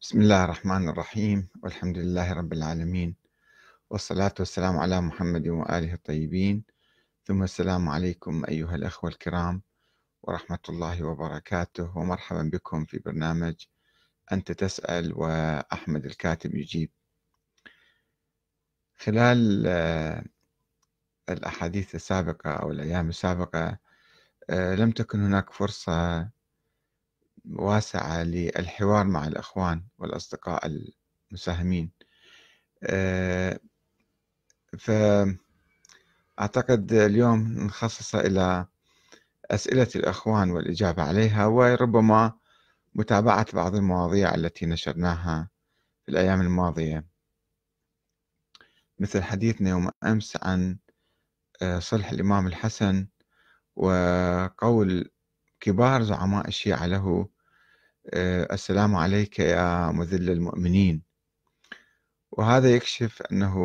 بسم الله الرحمن الرحيم، والحمد لله رب العالمين، والصلاة والسلام على محمد وآله الطيبين، ثم السلام عليكم أيها الأخوة الكرام ورحمة الله وبركاته، ومرحبا بكم في برنامج أنت تسأل وأحمد الكاتب يجيب. خلال الأحاديث السابقة أو الأيام السابقة لم تكن هناك فرصة واسعة للحوار مع الأخوان والأصدقاء المساهمين، فأعتقد اليوم نخصص إلى أسئلة الأخوان والإجابة عليها، وربما متابعة بعض المواضيع التي نشرناها في الأيام الماضية، مثل حديثنا يوم أمس عن صلح الإمام الحسن وقول كبار زعماء الشيعة له: السلام عليك يا مذل المؤمنين. وهذا يكشف أنه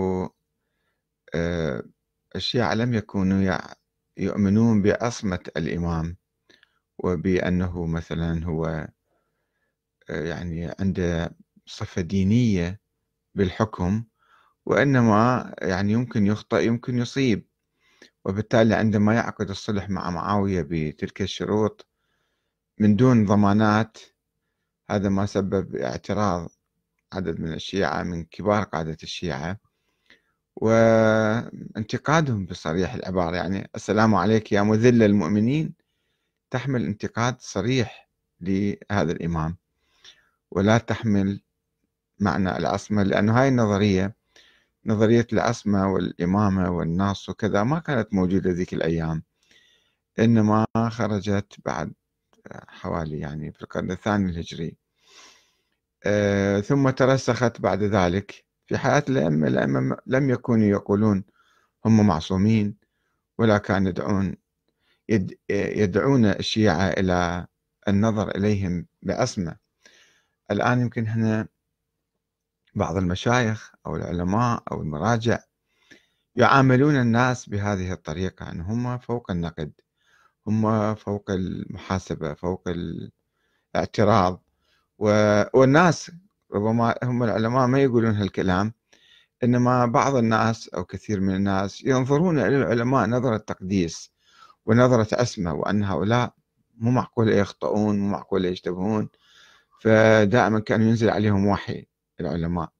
الشيعة لم يكونوا يؤمنون بعصمة الإمام، وبأنه مثلا هو يعني عنده صفة دينية بالحكم، وإنما يعني يمكن يخطئ يمكن يصيب. وبالتالي عندما يعقد الصلح مع معاوية بتلك الشروط من دون ضمانات، هذا ما سبب اعتراض عدد من الشيعة من كبار قادة الشيعة وانتقادهم بصريح العبارة. يعني السلام عليك يا مذل المؤمنين تحمل انتقاد صريح لهذا الإمام، ولا تحمل معنى العصمة، لأنه هاي النظرية، نظرية العصمة والإمامة والنص وكذا، ما كانت موجودة ذيك الأيام، إنما خرجت بعد حوالي يعني في القرن الثاني الهجري. ثم ترسخت بعد ذلك في حياة الأئمة. الأئمة لم يكونوا يقولون هم معصومين، ولا كانوا يدعون الشيعة إلى النظر إليهم بعصمة. الآن يمكن هنا بعض المشايخ أو العلماء أو المراجع يعاملون الناس بهذه الطريقة، أن هم فوق النقد، هم فوق المحاسبة، فوق الاعتراض. والناس ربما هم العلماء ما يقولون هالكلام، إنما بعض الناس أو كثير من الناس ينظرون إلى العلماء نظرة تقديس ونظرة عصمة، وأن هؤلاء مو معقول يخطئون، مو معقول يشتبهون، فدائما كان ينزل عليهم وحي العلماء.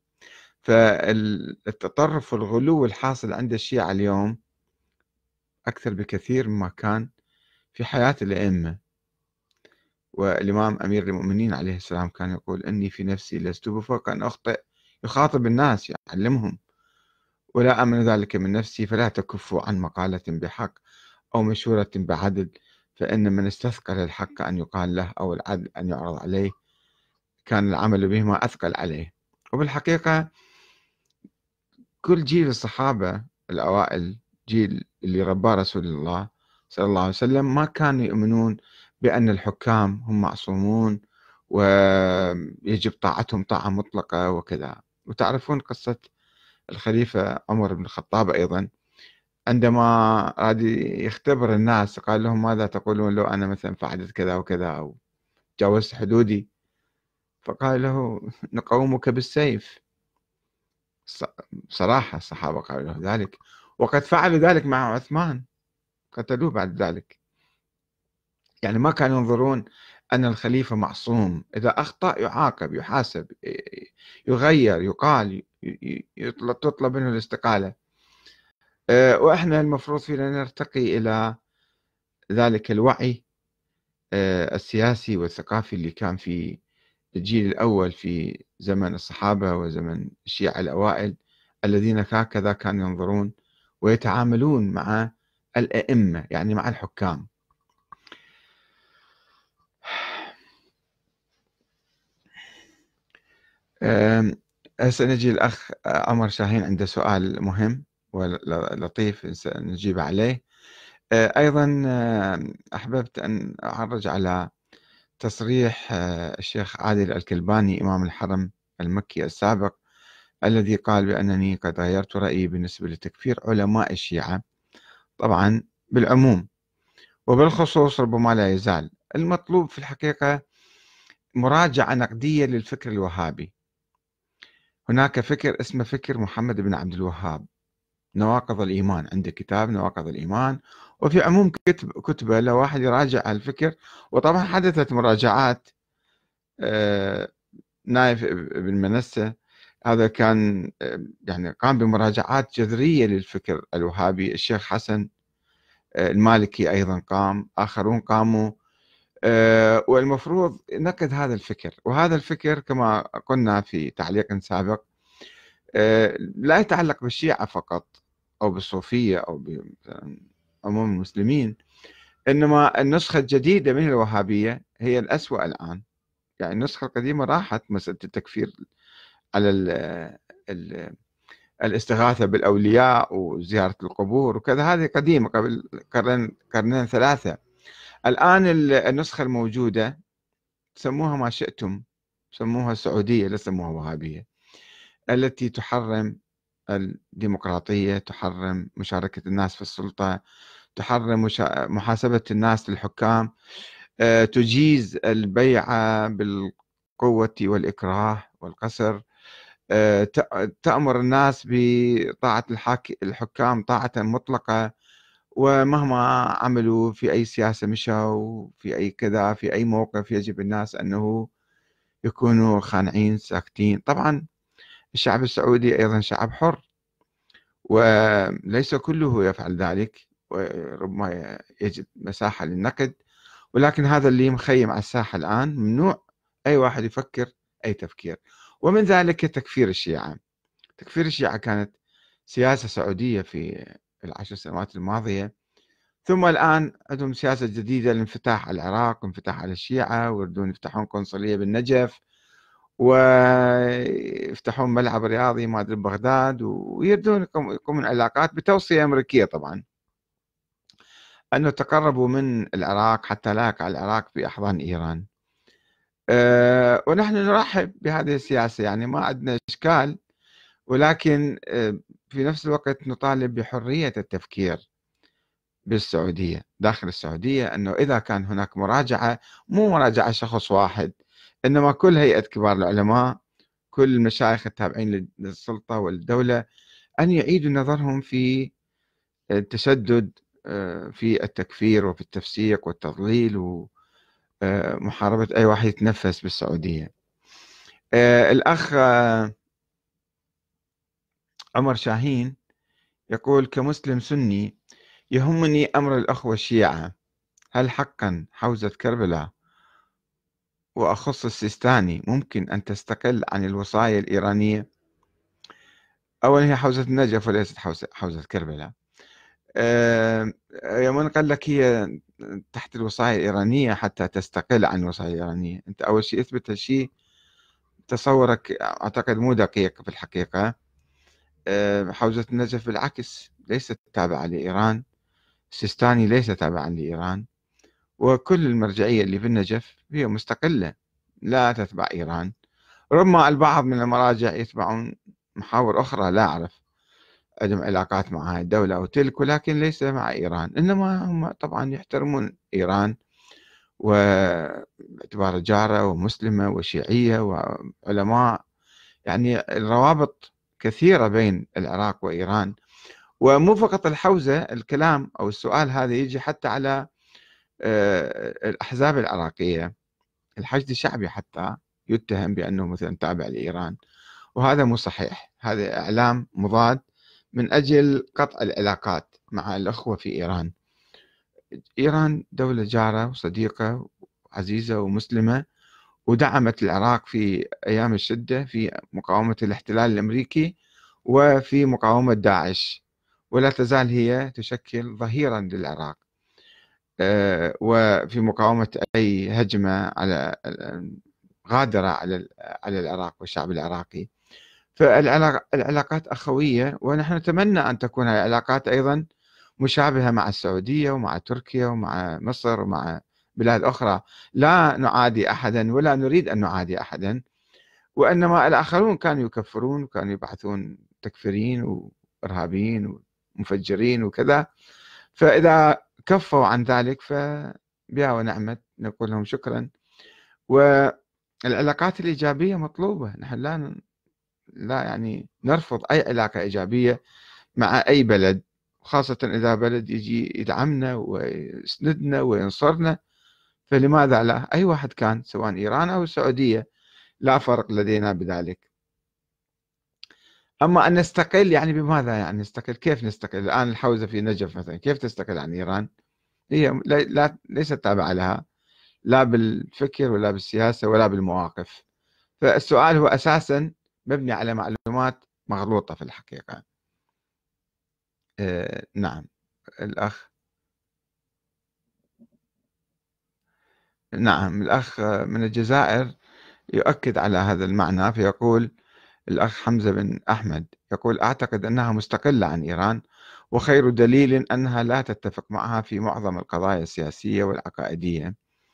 فالتطرف والغلو الحاصل عند الشيعة اليوم أكثر بكثير مما كان في حياة الأئمة. والإمام أمير المؤمنين عليه السلام كان يقول: إني في نفسي لست بفوق أن أخطئ. يخاطب الناس يعلمهم: ولا أمن ذلك من نفسي، فلا تكفوا عن مقالة بحق أو مشورة بعدل، فإن من استثقل الحق أن يقال له أو العدل أن يعرض عليه كان العمل بهما أثقل عليه. وبالحقيقة كل جيل الصحابة الأوائل، جيل اللي رباه رسول الله صلى الله عليه وسلم، ما كانوا يؤمنون بأن الحكام هم معصومون ويجب طاعتهم طاعة مطلقة وكذا. وتعرفون قصة الخليفة عمر بن الخطاب أيضا، عندما أراد يختبر الناس قال لهم: ماذا تقولون لو أنا مثلا فعلت كذا وكذا أو جاوزت حدودي؟ فقال له: نقومك بالسيف. صراحة الصحابة قالوا له ذلك، وقد فعلوا ذلك مع عثمان، قتلوه بعد ذلك. يعني ما كانوا ينظرون أن الخليفة معصوم، إذا أخطأ يعاقب، يحاسب، يغير، يقال، تطلب منه الاستقالة. وإحنا المفروض فينا نرتقي إلى ذلك الوعي السياسي والثقافي اللي كان في الجيل الأول في زمن الصحابة وزمن الشيعة الأوائل، الذين هكذا كانوا ينظرون ويتعاملون مع الأئمة، يعني مع الحكام. هسه نجي الأخ عمر شاهين عنده سؤال مهم ولطيف نجيب عليه. أيضا أحببت أن أعرج على تصريح الشيخ عادل الكلباني إمام الحرم المكي السابق، الذي قال بأنني قد غيرت رأيي بالنسبة لتكفير علماء الشيعة، طبعا بالعموم، وبالخصوص ربما لا يزال. المطلوب في الحقيقة مراجعة نقدية للفكر الوهابي. هناك فكر اسمه فكر محمد بن عبد الوهاب، نواقض الإيمان، عنده كتاب نواقض الإيمان، وفي عموم كتبه لو واحد يراجع الفكر. وطبعا حدثت مراجعات. آه، نايف بن منسة هذا كان يعني قام بمراجعات جذرية للفكر الوهابي. الشيخ حسن المالكي أيضا قام، آخرون قاموا. والمفروض نقد هذا الفكر. وهذا الفكر كما قلنا في تعليق سابق لا يتعلق بالشيعة فقط أو بالصوفية أو بعموم المسلمين، إنما النسخة الجديدة من الوهابية هي الأسوأ الآن. يعني النسخة القديمة راحت مسألة التكفير على ال الاستغاثة بالأولياء وزيارة القبور وكذا، هذه قديمة قبل قرنين ثلاثة. الآن النسخة الموجودة سموها ما شئتم، سموها سعودية لا سموها وهابية، التي تحرم الديمقراطية، تحرم مشاركة الناس في السلطة، تحرم محاسبة الناس للحكام، تجيز البيعة بالقوة والإكراه والقسر، تأمر الناس بطاعة الحكام طاعة مطلقة، ومهما عملوا في أي سياسة مشوا في أي كذا في أي موقف يجب الناس أنه يكونوا خانعين ساكتين. طبعا الشعب السعودي أيضا شعب حر، وليس كله يفعل ذلك، وربما يجد مساحة للنقد، ولكن هذا اللي مخيم على الساحة الآن ممنوع أي واحد يفكر أي تفكير. ومن ذلك تكفير الشيعة. تكفير الشيعة كانت سياسة سعودية في العشر سنوات الماضية، ثم الآن عندهم سياسة جديدة، الانفتاح على العراق، انفتاح على الشيعة، ويريدون يفتحون قنصلية بالنجف، ويفتحون ملعب رياضي ما أدري ببغداد، ويريدون يقومون علاقات بتوصية أمريكية طبعا، أنه تقربوا من العراق حتى لا يقع العراق في أحضان إيران. ونحن نرحب بهذه السياسة، يعني ما عندنا إشكال، ولكن في نفس الوقت نطالب بحرية التفكير بالسعودية، داخل السعودية، أنه إذا كان هناك مراجعة، مو مراجعة شخص واحد، إنما كل هيئة كبار العلماء، كل المشايخ التابعين للسلطة والدولة، أن يعيدوا نظرهم في التشدد في التكفير وفي التفسيق والتضليل ومحاربة أي واحد يتنفس بالسعودية. الأخ عمر شاهين يقول: كمسلم سني يهمني أمر الأخوة الشيعة، هل حقا حوزة كربلاء وأخص السيستاني ممكن أن تستقل عن الوصايا الإيرانية؟ أولا هي حوزة النجف وليست حوزة كربلاء. من قال لك هي تحت الوصايا الإيرانية حتى تستقل عن الوصايا الإيرانية؟ أنت أول شيء اثبت هالشيء. تصورك أعتقد مو دقيق في الحقيقة. حوزة النجف بالعكس ليست تابعة لإيران، السيستاني ليس تابعا لإيران، وكل المرجعية اللي في النجف هي مستقلة لا تتبع إيران. ربما البعض من المراجع يتبعون محاور أخرى لا أعرف، عندهم علاقات مع هاي الدولة أو تلك، ولكن ليس مع إيران. إنما هم طبعا يحترمون إيران واعتبار جارة ومسلمة وشيعية وعلماء، يعني الروابط كثيرة بين العراق وإيران. ومو فقط الحوزة، الكلام أو السؤال هذا يجي حتى على الأحزاب العراقية. الحشد الشعبي حتى يتهم بأنه مثلا تابع لإيران، وهذا مو صحيح، هذا إعلام مضاد من أجل قطع العلاقات مع الأخوة في إيران. إيران دولة جارة وصديقة وعزيزة ومسلمة، ودعمت العراق في أيام الشدة في مقاومة الاحتلال الأمريكي وفي مقاومة داعش، ولا تزال هي تشكل ظهيرا للعراق وفي مقاومة أي هجمة على غادرة على العراق والشعب العراقي. فالعلاقات أخوية، ونحن نتمنى أن تكون هذه العلاقات أيضا مشابهة مع السعودية ومع تركيا ومع مصر ومع بلاد أخرى. لا نعادي أحدا ولا نريد أن نعادي أحدا، وإنما الآخرون كانوا يكفرون وكانوا يبعثون تكفيرين وإرهابيين ومفجرين وكذا، فإذا كفوا عن ذلك فبها ونعمت، نقول لهم شكرا. العلاقات الإيجابية مطلوبة. نحن لا يعني نرفض أي علاقة إيجابية مع أي بلد، خاصة إذا بلد يجي يدعمنا ويسندنا وينصرنا، فلماذا لا؟ أي واحد كان، سواء إيران أو السعودية، لا فرق لدينا بذلك. أما أن نستقل، يعني بماذا يعني نستقل؟ كيف نستقل؟ الآن الحوزة في نجف مثلا، كيف تستقل عن إيران؟ هي ليست تابعة لها، لا بالفكر ولا بالسياسة ولا بالمواقف. فالسؤال هو أساسا مبني على معلومات مغلوطة في الحقيقة. نعم. الأخ نعم الأخ من الجزائر يؤكد على هذا المعنى، فيقول الأخ حمزة بن أحمد، يقول: أعتقد أنها مستقلة عن إيران، وخير دليل أنها لا تتفق معها في معظم القضايا السياسية والعقائدية.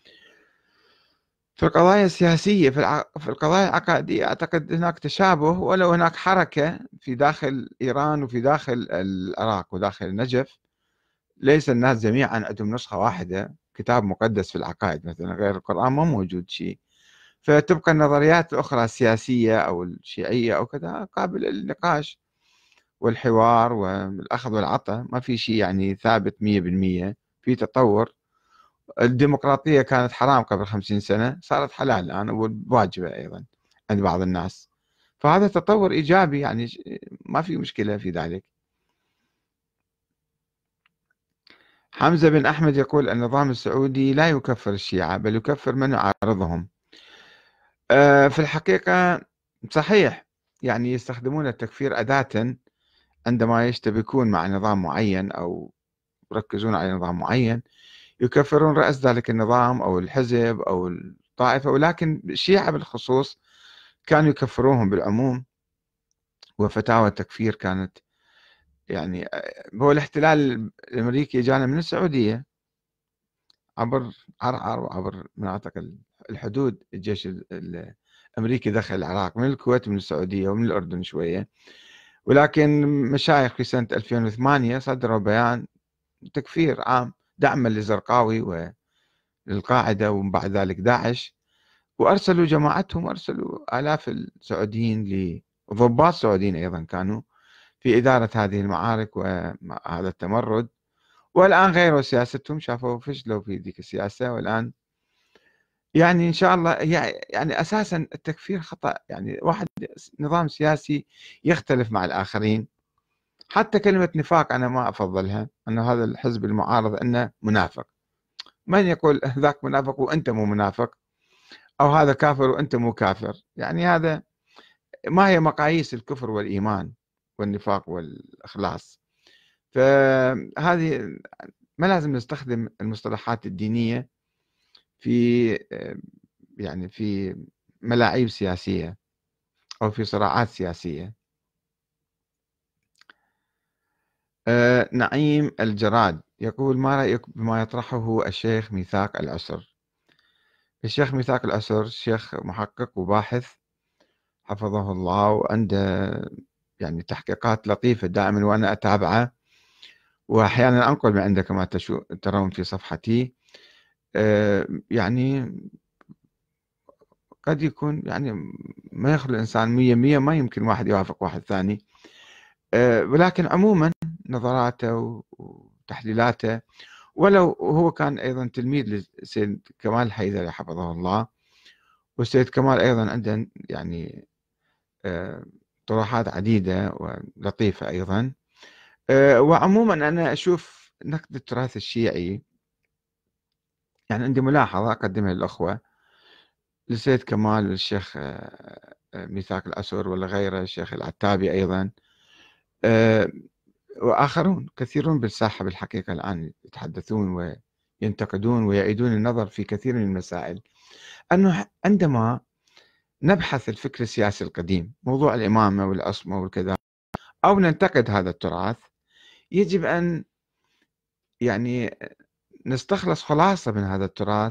في القضايا السياسية، في القضايا العقائدية أعتقد هناك تشابه، ولو هناك حركة في داخل إيران وفي داخل العراق وداخل النجف. ليس الناس جميعا عندهم نسخة واحدة كتاب مقدس في العقائد، مثلا غير القرآن ما موجود شيء. فتبقى النظريات الأخرى السياسية أو الشيعية أو كذا قابلة للنقاش والحوار والأخذ والعطاء، ما في شيء يعني ثابت 100%. في تطور. الديمقراطية كانت حرام قبل 50 سنة، صارت حلال الآن وواجبة أيضا عند بعض الناس. فهذا تطور إيجابي، يعني ما في مشكلة في ذلك. حمزة بن أحمد يقول: النظام السعودي لا يكفر الشيعة، بل يكفر من يعارضهم. في الحقيقة صحيح، يعني يستخدمون التكفير أداة عندما يشتبكون مع نظام معين أو يركزون على نظام معين، يكفرون رأس ذلك النظام أو الحزب أو الطائفة. ولكن الشيعة بالخصوص كانوا يكفروهم بالعموم، وفتاوى التكفير كانت يعني هو الاحتلال الأمريكي جانا من السعودية عبر عرعر وعبر مناطق الحدود. الجيش الأمريكي دخل العراق من الكويت ومن السعودية ومن الأردن شوية. ولكن مشايخ في سنة 2008 صدروا بيان تكفير عام دعما للزرقاوي وللقاعدة ومن بعد ذلك داعش، وأرسلوا جماعتهم، أرسلوا آلاف السعوديين، لضباط سعوديين أيضا كانوا في إدارة هذه المعارك وهذا التمرد. والآن غيروا سياستهم، شافوا فشلوا في ذيك السياسة، والآن يعني إن شاء الله يعني أساسا التكفير خطأ. يعني واحد نظام سياسي يختلف مع الآخرين، حتى كلمة نفاق أنا ما أفضلها، أن هذا الحزب المعارض أنه منافق. من يقول ذاك منافق وأنت مو منافق، أو هذا كافر وأنت مو كافر؟ يعني هذا ما هي مقاييس الكفر والإيمان والنفاق والإخلاص. فهذه ما لازم نستخدم المصطلحات الدينية في يعني في ملاعيب سياسية أو في صراعات سياسية. نعيم الجراد يقول: ما رأيك بما يطرحه الشيخ ميثاق العسر؟ الشيخ ميثاق العسر شيخ محقق وباحث حفظه الله، وعنده يعني تحقيقات لطيفة دائما وأنا أتابعه، وأحيانا أنقل من عنده كما ترون في صفحتي. يعني قد يكون يعني ما يخلو الإنسان 100%، ما يمكن واحد يوافق واحد ثاني. ولكن عموما نظراته وتحليلاته، ولو هو كان أيضا تلميذ للسيد كمال الحيدري حفظه الله، والسيد كمال أيضا عنده يعني آه، طروحات عديدة ولطيفة أيضا. وعموما أنا أشوف نقد التراث الشيعي، يعني عندي ملاحظة أقدمها للأخوة، للسيد كمال والشيخ ميثاق الأسر ولا غيره، الشيخ العتابي أيضا، آه، وآخرون كثيرون بالساحة بالحقيقة الآن يتحدثون وينتقدون ويعيدون النظر في كثير من المسائل. أنه عندما نبحث الفكر السياسي القديم، موضوع الإمامة والعصمة والكذا، أو ننتقد هذا التراث، يجب أن يعني نستخلص خلاصة من هذا التراث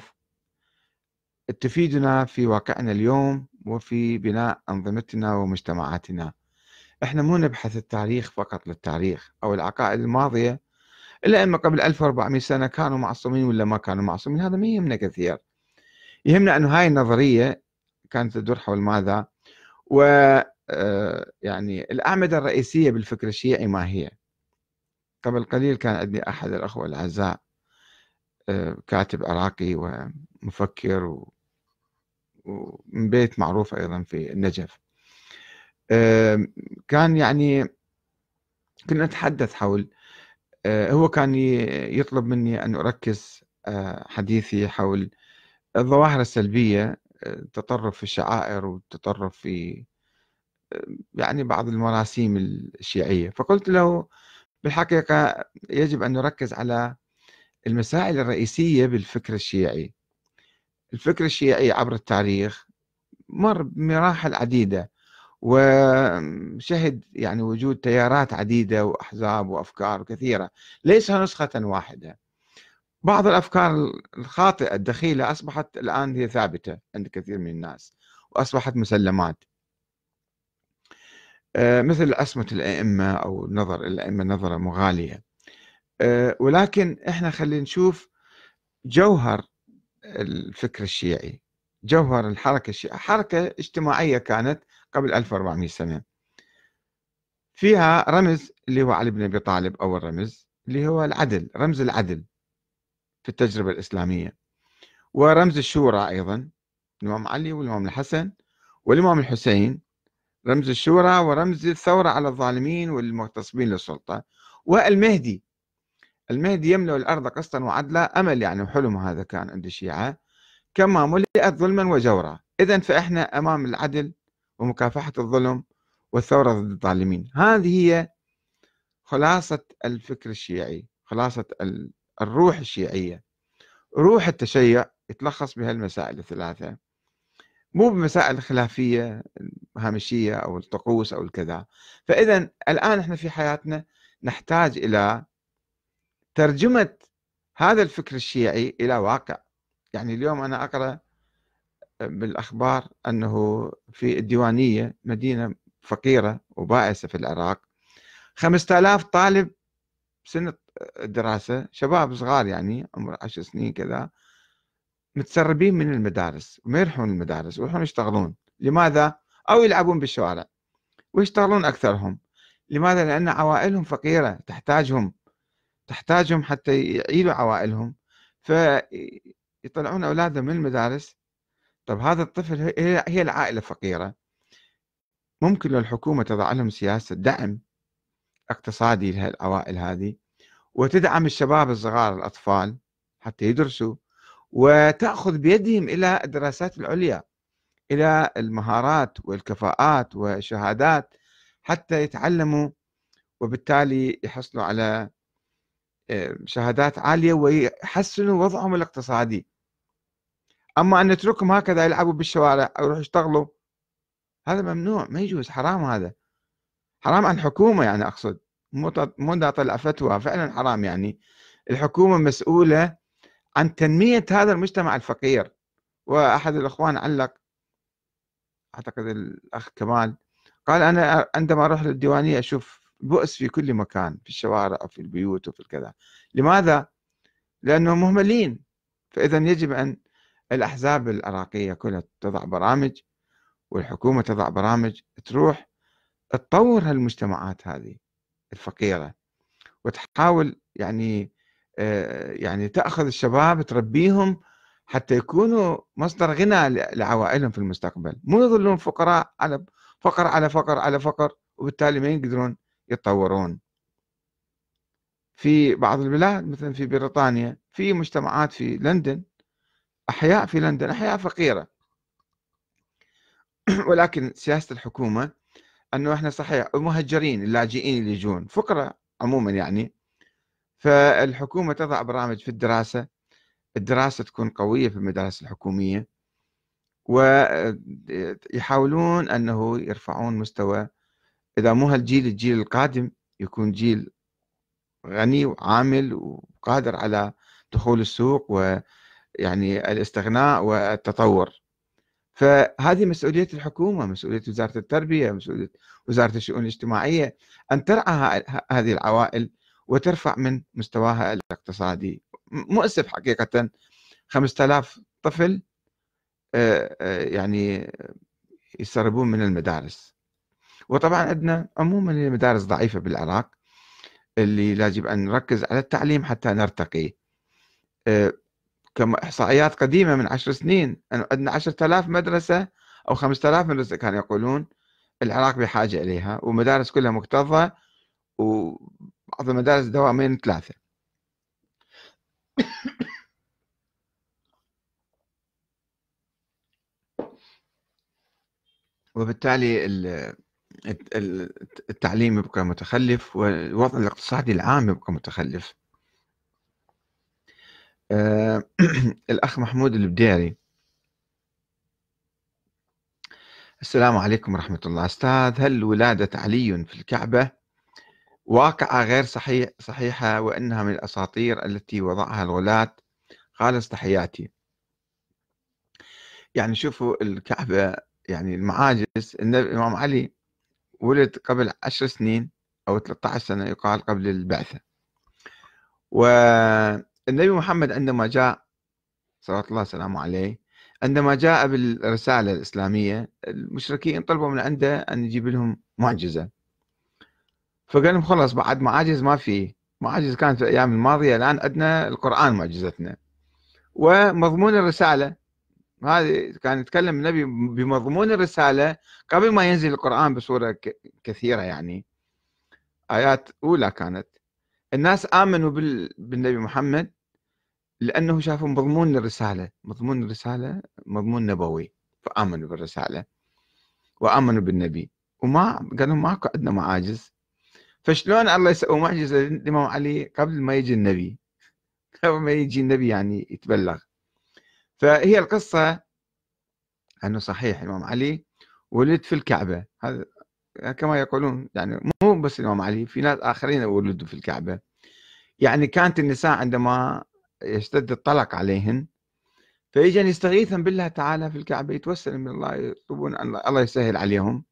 تفيدنا في واقعنا اليوم وفي بناء أنظمتنا ومجتمعاتنا. احنا مو نبحث التاريخ فقط للتاريخ أو العقائد الماضية. الأئمة قبل 1400 سنة كانوا معصومين ولا ما كانوا معصومين؟ هذا ما يهمنا كثير. يهمنا أن هاي النظرية كانت تدور حول ماذا؟ و يعني الأعمدة الرئيسية بالفكر الشيعي ما هي؟ قبل قليل كان عندي أحد الأخوة الأعزاء كاتب عراقي ومفكر ومن بيت معروف أيضا في النجف، كان يعني كنا نتحدث حول هو كان يطلب مني أن أركز حديثي حول الظواهر السلبية، التطرف في الشعائر والتطرف في يعني بعض المراسيم الشيعية. فقلت له بالحقيقة يجب أن نركز على المسائل الرئيسية بالفكر الشيعي. الفكر الشيعي عبر التاريخ مر بمراحل عديدة، وشهد يعني وجود تيارات عديدة وأحزاب وأفكار كثيرة، ليس نسخة واحدة. بعض الأفكار الخاطئة الدخيلة أصبحت الآن هي ثابتة عند كثير من الناس وأصبحت مسلمات، مثل عصمة الأئمة أو نظر الأئمة نظرة مغالية. ولكن إحنا خلينا نشوف جوهر الفكر الشيعي، جوهر الحركة الشيعية. حركة اجتماعية كانت قبل 1400 سنة، فيها رمز اللي هو علي بن أبي طالب، أول رمز اللي هو العدل، رمز العدل في التجربة الإسلامية، ورمز الشورى أيضا، الإمام علي والإمام الحسن والإمام الحسين، رمز الشورى ورمز الثورة على الظالمين والمغتصبين للسلطة. والمهدي، المهدي يملأ الأرض قسطا وعدلا، أمل يعني وحلم هذا كان عند الشيعة، كما ملئت ظلما وجورا. إذن فإحنا أمام العدل ومكافحة الظلم والثورة ضد الظالمين. هذه هي خلاصة الفكر الشيعي، خلاصة الروح الشيعية. روح التشيع يتلخص بهالمسائل الثلاثة، مو بمسائل خلافية هامشية أو الطقوس أو الكذا. فإذا الآن احنا في حياتنا نحتاج إلى ترجمة هذا الفكر الشيعي إلى واقع. يعني اليوم أنا أقرأ بالأخبار أنه في الديوانية، مدينة فقيرة وبائسة في العراق، 5000 طالب سنة الدراسة، شباب صغار يعني عمر 10 سنين كذا، متسربين من المدارس وما يروحون المدارس ويروحون يشتغلون. لماذا؟ أو يلعبون بالشوارع ويشتغلون أكثرهم. لماذا؟ لأن عوائلهم فقيرة، تحتاجهم حتى يعيلوا عوائلهم، فيطلعون أولادهم من المدارس. طب هذا الطفل هي العائلة فقيرة، ممكن لو الحكومة تضع لهم سياسة دعم اقتصادي للعوائل هذه، وتدعم الشباب الصغار الأطفال حتى يدرسوا، وتأخذ بيدهم إلى الدراسات العليا، إلى المهارات والكفاءات والشهادات، حتى يتعلموا وبالتالي يحصلوا على شهادات عالية ويحسنوا وضعهم الاقتصادي. أما أن نتركهم هكذا يلعبوا بالشوارع أو يروحوا يشتغلوا، هذا ممنوع، ما يجوز، حرام، هذا حرام عن الحكومة. يعني أقصد مو دا طلع فتوى، فعلا حرام. يعني الحكومة مسؤولة عن تنمية هذا المجتمع الفقير. وأحد الأخوان علق، أعتقد الأخ كمال، قال أنا عندما أروح للديوانية أشوف بؤس في كل مكان، في الشوارع أو في البيوت وفي الكذا. لماذا؟ لأنهم مهملين. فإذا يجب أن الأحزاب العراقية كلها تضع برامج، والحكومة تضع برامج تروح تطور هالمجتمعات هذه الفقيرة، وتحاول يعني تأخذ الشباب تربيهم حتى يكونوا مصدر غنى لعوائلهم في المستقبل، مو يظلون فقراء على فقر على فقر على فقر، وبالتالي ما يقدرون يتطورون. في بعض البلاد مثلا في بريطانيا، في مجتمعات في لندن، أحياء في لندن، أحياء فقيرة، ولكن سياسة الحكومة أنه إحنا صحيح المهجرين اللاجئين اللي يجون فقراء عموما يعني، فالحكومة تضع برامج في الدراسة، الدراسة تكون قوية في المدارس الحكومية، ويحاولون أنه يرفعون مستوى، إذا مو هالجيل، الجيل القادم يكون جيل غني وعامل وقادر على دخول السوق ويعني الاستغناء والتطور. فهذه مسؤولية الحكومة، مسؤولية وزارة التربية، مسؤولية وزارة الشؤون الاجتماعية، أن ترعى هذه العوائل وترفع من مستواها الاقتصادي. مؤسف حقيقة، 5000 طفل يعني يسربون من المدارس. وطبعا عندنا عموما المدارس ضعيفة بالعراق، اللي يجب أن نركز على التعليم حتى نرتقي. آه، كما إحصائيات قديمة من 10 سنين عندنا 10,000 مدرسة أو 5,000 مدرسة كانوا يقولون العراق بحاجة إليها، ومدارس كلها مكتظة، وبعض المدارس دوامين 3. وبالتالي التعليم يبقى متخلف، والوضع الاقتصادي العام يبقى متخلف. الأخ محمود البديري: السلام عليكم ورحمة الله. أستاذ، هل ولادة علي في الكعبة واقعة غير صحيحة، وأنها من الأساطير التي وضعها الغلاة؟ خالص تحياتي. يعني شوفوا الكعبة، يعني المعاجز، الإمام علي ولد قبل 10 سنين أو 13 سنة يقال قبل البعثة. والنبي محمد عندما جاء صلوات الله وسلامه عليه، عندما جاء بالرسالة الإسلامية، المشركين طلبوا من عنده أن يجيب لهم معجزة، فقال لهم خلاص بعد معاجز ما في معاجز كانت في الأيام الماضية، الآن عندنا القرآن معجزتنا. ومضمون الرسالة هذه كان يتكلم النبي بمضمون الرسالة قبل ما ينزل القرآن بصورة كثيرة، يعني آيات أولى كانت. الناس آمنوا بالنبي محمد لأنه شافوا مضمون الرسالة، مضمون الرسالة مضمون نبوي، فآمنوا بالرسالة وآمنوا بالنبي. وما قالوا ماكو عندنا معاجز، فشلون الله يسوي معجزة للإمام علي قبل ما يجي النبي؟ قبل ما يجي النبي يعني يتبلغ. فهي القصة أنه صحيح الإمام علي ولد في الكعبة، هذا كما يقولون، يعني مو بس الإمام علي، في ناس آخرين ولدوا في الكعبة. يعني كانت النساء عندما يشتد الطلق عليهن فيجن يستغيثن بالله تعالى في الكعبة، يتوسل من الله، يطلبون أن الله يسهل عليهم.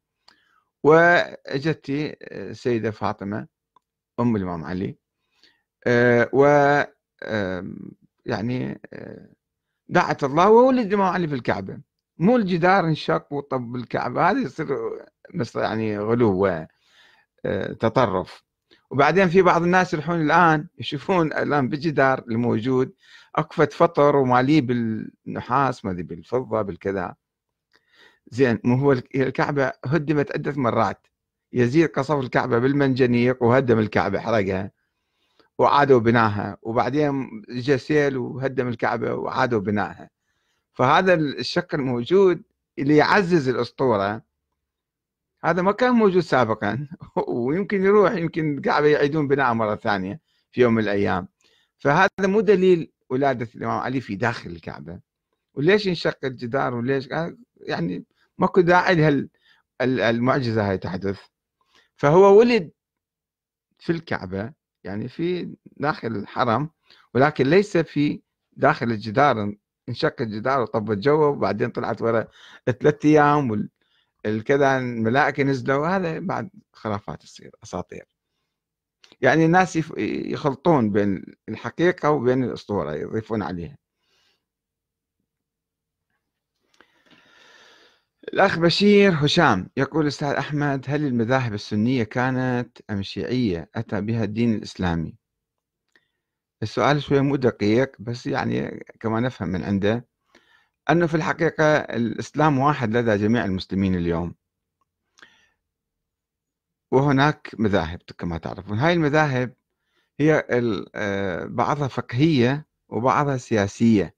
وأجت السيدة فاطمة أم الإمام علي، و يعني دعت الله وولد الإمام علي في الكعبة. مو الجدار انشق وطب الكعبة، هذا يصير مثل يعني غلو وتطرف. وبعدين في بعض الناس يروحون الآن يشوفون الآن بالجدار الموجود أكفة فطر وماليه بالنحاس، ما أدري بالفضة بالكذا. زين، مو هو الكعبة هدمت عدة مرات، يزيد قصف الكعبة بالمنجنيق وهدم الكعبة، حرقها وعادوا بناها، وبعدين جاء سيل وهدم الكعبة وعادوا بناها. فهذا الشق الموجود اللي يعزز الأسطورة هذا ما كان موجود سابقا ويمكن يروح، يمكن الكعبة يعيدون بناءها مرة ثانية في يوم من الأيام. فهذا مو دليل ولادة الإمام علي في داخل الكعبة. وليش انشق الجدار؟ وليش يعني ماكو داعي المعجزة هاي تحدث. فهو ولد في الكعبة، يعني في داخل الحرم، ولكن ليس في داخل الجدار. انشق الجدار وطب الجو، وبعدين طلعت ورا 3 أيام والكذا الملائكة نزلوا، هذا بعد خرافات تصير أساطير. يعني الناس يخلطون بين الحقيقة وبين الأسطورة، يضيفون عليها. الأخ بشير هشام يقول: أستاذ أحمد، هل المذاهب السنية كانت أم شيعية أتى بها الدين الإسلامي؟ السؤال شوية مو دقيق، بس يعني كما نفهم من عنده أنه في الحقيقة الإسلام واحد لدى جميع المسلمين اليوم، وهناك مذاهب كما تعرفون. هاي المذاهب هي بعضها فقهية وبعضها سياسية.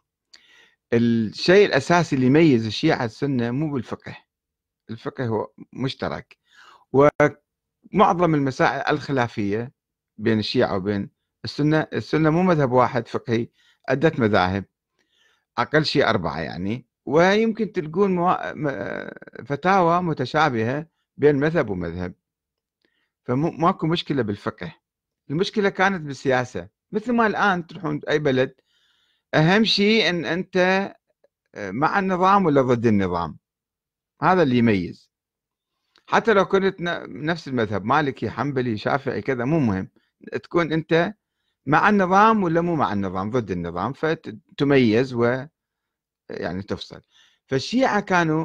الشيء الأساسي اللي يميز الشيعة السنة مو بالفقه، الفقه هو مشترك، ومعظم المسائل الخلافية بين الشيعة وبين السنة مو مذهب واحد فقهي، عدة مذاهب، أقل شيء 4 يعني. ويمكن تلقون فتاوى متشابهة بين مذهب ومذهب، فماكو مشكلة بالفقه. المشكلة كانت بالسياسة، مثل ما الآن تروحون أي بلد أهم شيء أن أنت مع النظام ولا ضد النظام، هذا اللي يميز. حتى لو كنت نفس المذهب، مالكي حنبلي شافعي كذا، مو مهم، تكون أنت مع النظام ولا مو مع النظام، ضد النظام، فتميز يعني تفصل. فالشيعة كانوا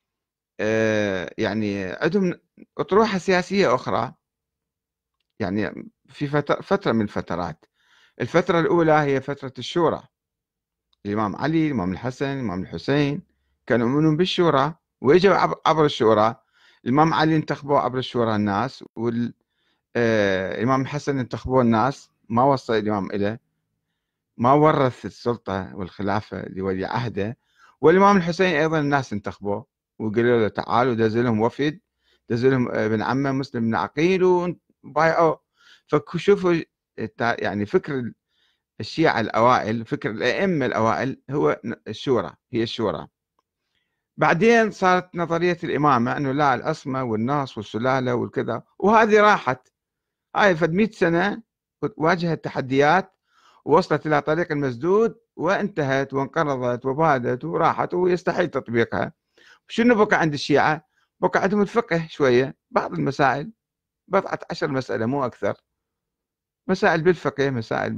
يعني عندهم أطروحة سياسية أخرى، يعني في فترة من الفترات. الفترة الأولى هي فترة الشورى، الإمام علي، الإمام الحسن، الإمام الحسين كانوا يؤمنون بالشورى، وإجوا عبر الشورى. الإمام علي انتخبوه عبر الشورى الناس، والإمام الحسن انتخبوه الناس، ما وصل الإمام إليه، ما ورث السلطة والخلافة لولي عهده. والإمام الحسين أيضا الناس انتخبوه وقالوا له تعال، ودز لهم وفد، دز لهم ابن عمه مسلم بن عقيل وبايعوه. فشوفوا يعني فكر الشيعة الأوائل، فكر الأئمة الأوائل هو الشورى، هي الشورى. بعدين صارت نظرية الإمامة أنه لا، العصمة والناس والسلالة والكذا، وهذه راحت. هاي فد 100 سنة واجهت تحديات، ووصلت إلى طريق المسدود، وانتهت وانقرضت وبادت وراحت ويستحيل تطبيقها. شنو بقى عند الشيعة؟ بقى عندهم الفقه شوية، بعض المسائل، بضعة 10 مسألة مو أكثر، مسائل بالفقه، مسائل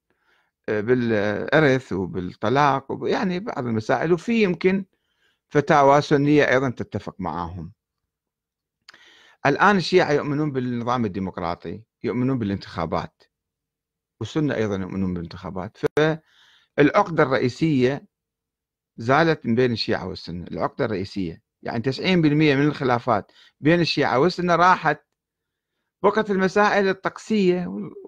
بالإرث وبالطلاق، يعني بعض المسائل، وفي يمكن فتاوى سنية أيضا تتفق معهم. الآن الشيعة يؤمنون بالنظام الديمقراطي، يؤمنون بالانتخابات، والسنة أيضا يؤمنون بالانتخابات. فالعقدة الرئيسية زالت من بين الشيعة والسنة، العقدة الرئيسية، يعني 90% من الخلافات بين الشيعة والسنة راحت. بقت المسائل الطقسية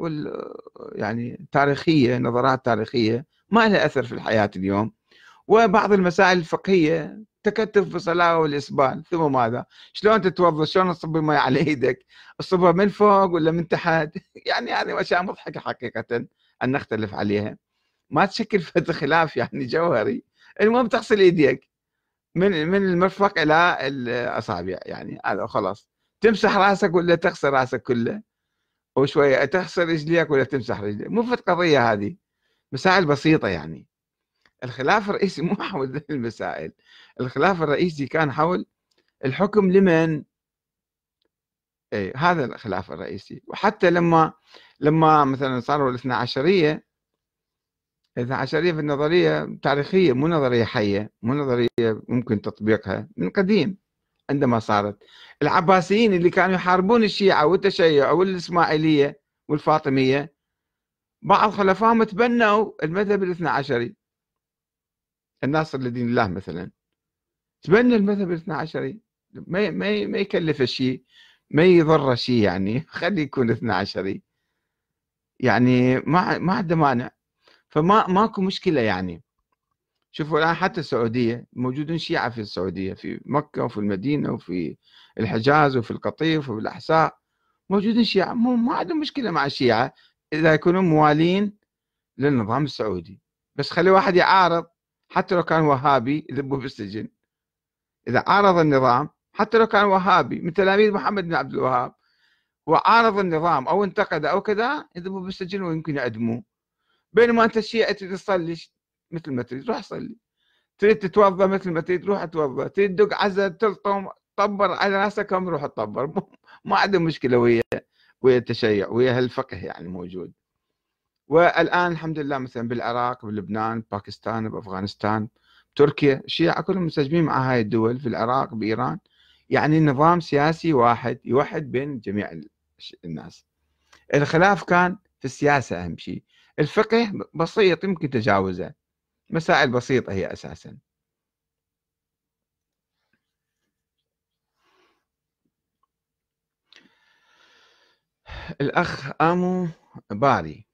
يعني التاريخية، نظرات تاريخية ما لها أثر في الحياة اليوم، وبعض المسائل الفقهية، تكتف في الصلاة والإسبال، ثم ماذا؟ شلون تتوضا؟ شلون تصب الماء على ايدك؟ تصبها من فوق ولا من تحت؟ يعني هذه اشياء مضحكة حقيقة ان نختلف عليها، ما تشكل فد خلاف يعني جوهري. المهم تغسل ايديك من المرفق الى الاصابع، يعني هذا خلاص. تمسح راسك ولا تغسل راسك كله؟ وشوية تغسل رجليك ولا تمسح رجليك؟ مو فد قضية هذه، مسائل بسيطة يعني. الخلاف الرئيسي مو حول المسائل، الخلاف الرئيسي كان حول الحكم لمن. اي هذا الخلاف الرئيسي. وحتى لما مثلا صاروا الاثنا عشرية، الاثنا عشرية في النظرية تاريخية، مو نظرية حية، مو نظرية ممكن تطبيقها من قديم. عندما صارت العباسيين اللي كانوا يحاربون الشيعة والتشيع والإسماعيلية والفاطمية، بعض خلفائهم تبنوا المذهب الاثنى عشري. الناصر لدين الله مثلا تبنى المذهب الاثنى عشري، ما يكلف شيء، ما يضر شيء، يعني خلي يكون اثنى عشري، يعني ما عنده مانع. فما ماكو مشكلة يعني. شوفوا الآن حتى السعودية موجودين شيعة في السعودية، في مكة وفي المدينة وفي الحجاز وفي القطيف وفي الأحساء، موجودين شيعة، ما عندهم مشكلة مع الشيعة إذا يكونوا موالين للنظام السعودي. بس خلي واحد يعارض، حتى لو كان وهابي يذبوا بالسجن. إذا عارض النظام حتى لو كان وهابي من تلاميذ محمد بن عبد الوهاب، وعارض النظام أو انتقد أو كذا، يذبوا بالسجن ويمكن يعدموه. بينما أنت الشيعي تريد تصلي مثل ما تريد روح صلي، تريد تتوضا مثل ما تريد روح اتوضا، تريد تدق عزة تلطم طبر على راسك هم روح تطبر. ما عندهم مشكلة ويا التشيع ويا هالفقه يعني موجود. والآن الحمد لله مثلا بالعراق، بلبنان، باكستان، بأفغانستان، تركيا، الشيعة كلهم منسجمين مع هاي الدول، في العراق، بإيران. يعني نظام سياسي واحد يوحد بين جميع الناس. الخلاف كان في السياسة أهم شيء، الفقه بسيط يمكن تجاوزه، مسائل بسيطة هي أساسا. الأخ آمو باري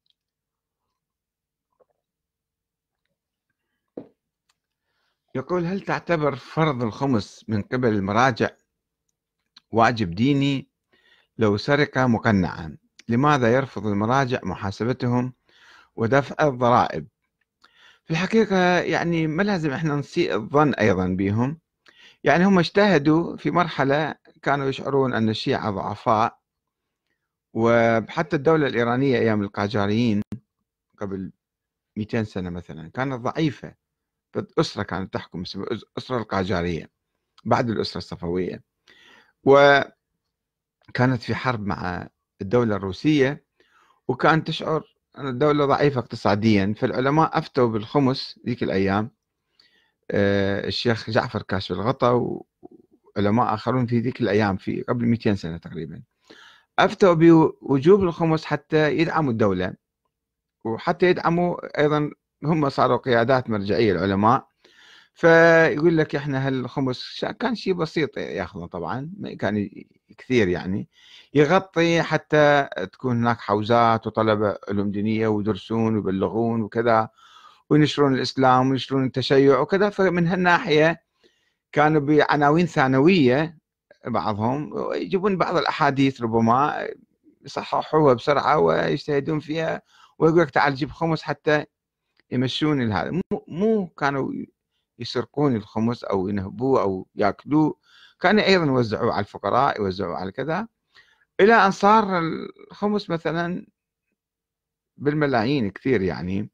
يقول: هل تعتبر فرض الخمس من قبل المراجع واجب ديني لو سرقة مقنعة؟ لماذا يرفض المراجع محاسبتهم ودفع الضرائب؟ في الحقيقة يعني ما لازم احنا نسيء الظن أيضا بهم. يعني هم اجتهدوا في مرحلة كانوا يشعرون أن الشيعة ضعفاء، وحتى الدولة الإيرانية أيام القاجاريين قبل 200 سنة مثلا كانت ضعيفة. أسرة كانت تحكم اسمها الأسرة القاجارية بعد الأسرة الصفوية، وكانت في حرب مع الدولة الروسية، وكانت تشعر أن الدولة ضعيفة اقتصاديا. فالعلماء أفتوا بالخمس ذيك الأيام، الشيخ جعفر كاشف الغطا وعلماء آخرون في ذيك الأيام في قبل 200 سنة تقريبا أفتوا بوجوب الخمس حتى يدعموا الدولة وحتى يدعموا أيضا. هم صاروا قيادات مرجعية العلماء، فيقول لك احنا هالخمس كان شيء بسيط ياخذه طبعا، ما كان كثير يعني، يغطي حتى تكون هناك حوزات وطلبة علوم دينية ويدرسون ويبلغون وكذا وينشرون الإسلام وينشرون التشيع وكذا. فمن هالناحية كانوا بعناوين ثانوية بعضهم يجيبون بعض الأحاديث ربما يصححوها بسرعة ويجتهدون فيها، ويقول لك تعال جيب خمس حتى يمشون هذا. مو كانوا يسرقون الخمس أو ينهبوه أو يأكلوه، كانوا أيضا يوزعوه على الفقراء، يوزعوه على كذا، إلى أن صار الخمس مثلا بالملايين كثير يعني.